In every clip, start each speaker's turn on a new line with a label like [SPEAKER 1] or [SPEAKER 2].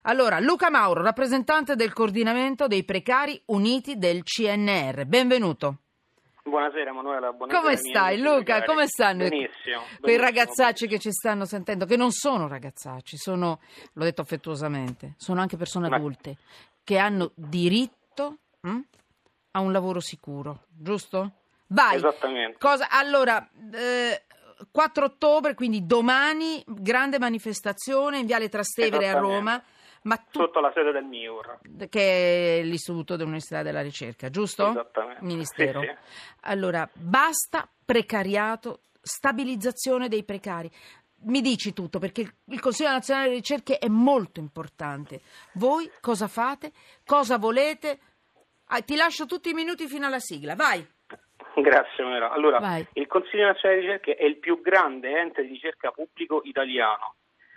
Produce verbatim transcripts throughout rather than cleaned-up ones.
[SPEAKER 1] Allora, Luca Mauro, rappresentante del coordinamento dei precari uniti del C N R. Benvenuto.
[SPEAKER 2] Buonasera Emanuela, buonasera.
[SPEAKER 1] Come stai Luca?
[SPEAKER 2] Precari.
[SPEAKER 1] Come stanno
[SPEAKER 2] Benissimo.
[SPEAKER 1] quei
[SPEAKER 2] benissimo,
[SPEAKER 1] ragazzacci
[SPEAKER 2] benissimo.
[SPEAKER 1] che ci stanno sentendo? Che non sono ragazzacci, sono, l'ho detto affettuosamente, sono anche persone
[SPEAKER 2] Ma...
[SPEAKER 1] adulte che hanno diritto hm, a un lavoro sicuro, giusto? Vai.
[SPEAKER 2] Esattamente.
[SPEAKER 1] Cosa, allora, eh, quattro ottobre, quindi domani, grande manifestazione in Viale Trastevere a Roma. Ma tu,
[SPEAKER 2] sotto la sede del M I U R,
[SPEAKER 1] che è l'Istituto dell'Università della Ricerca, giusto?
[SPEAKER 2] Esattamente.
[SPEAKER 1] Ministero.
[SPEAKER 2] Sì, sì.
[SPEAKER 1] Allora, basta precariato, stabilizzazione dei precari. Mi dici tutto, perché il Consiglio Nazionale delle Ricerche è molto importante. Voi cosa fate? Cosa volete? Ah, ti lascio tutti i minuti fino alla sigla, vai.
[SPEAKER 2] Grazie Emanuela. Allora,
[SPEAKER 1] vai.
[SPEAKER 2] Il Consiglio Nazionale delle Ricerche è il più grande ente di ricerca pubblico italiano.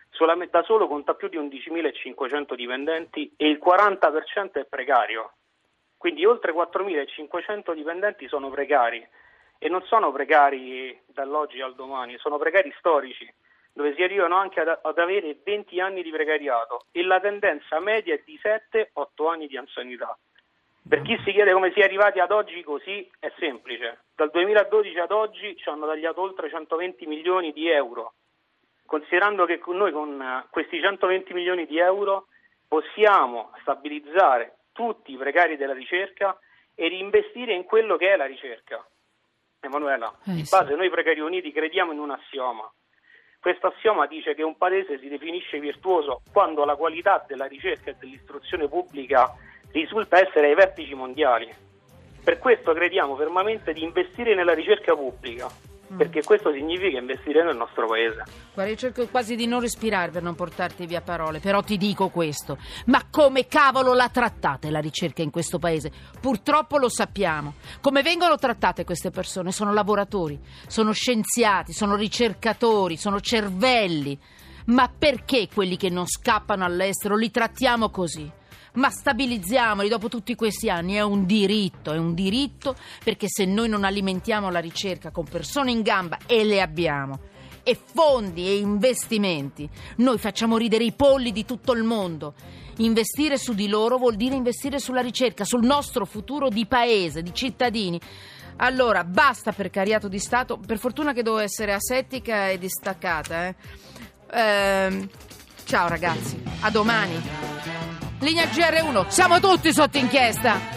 [SPEAKER 2] Da solo conta più di undicimilacinquecento dipendenti e il quaranta per cento è precario. Quindi oltre quattromilacinquecento dipendenti sono precari e non sono precari dall'oggi al domani, sono precari storici, dove si arrivano anche ad, ad avere venti anni di precariato e la tendenza media è di sette otto anni di anzianità. Per chi si chiede come si è arrivati ad oggi così, è semplice. Dal duemiladodici ad oggi ci hanno tagliato oltre centoventi milioni di euro. Considerando che noi con questi centoventi milioni di euro possiamo stabilizzare tutti i precari della ricerca e reinvestire in quello che è la ricerca. Emanuela,
[SPEAKER 1] eh,
[SPEAKER 2] di
[SPEAKER 1] sì.
[SPEAKER 2] base noi Precari Uniti crediamo in un assioma. Questo assioma dice che un paese si definisce virtuoso quando la qualità della ricerca e dell'istruzione pubblica risulta essere ai vertici mondiali. Per questo crediamo fermamente di investire nella ricerca pubblica, perché questo significa investire nel nostro paese.
[SPEAKER 1] Guarda, io cerco quasi di non respirare per non portarti via parole, però ti dico questo: ma come cavolo la trattate la ricerca in questo paese? Purtroppo lo sappiamo. Come vengono trattate queste persone? Sono lavoratori, sono scienziati, sono ricercatori, sono cervelli. Ma perché quelli che non scappano all'estero li trattiamo così? Ma stabilizziamoli dopo tutti questi anni, è un diritto, è un diritto, perché se noi non alimentiamo la ricerca con persone in gamba, e le abbiamo, e fondi e investimenti, noi facciamo ridere i polli di tutto il mondo. Investire su di loro vuol dire investire sulla ricerca, sul nostro futuro di paese, di cittadini. Allora, basta precariato di Stato, per fortuna che devo essere asettica e distaccata. Eh. Ehm, ciao ragazzi, a domani. Linea G R uno, siamo tutti sotto inchiesta.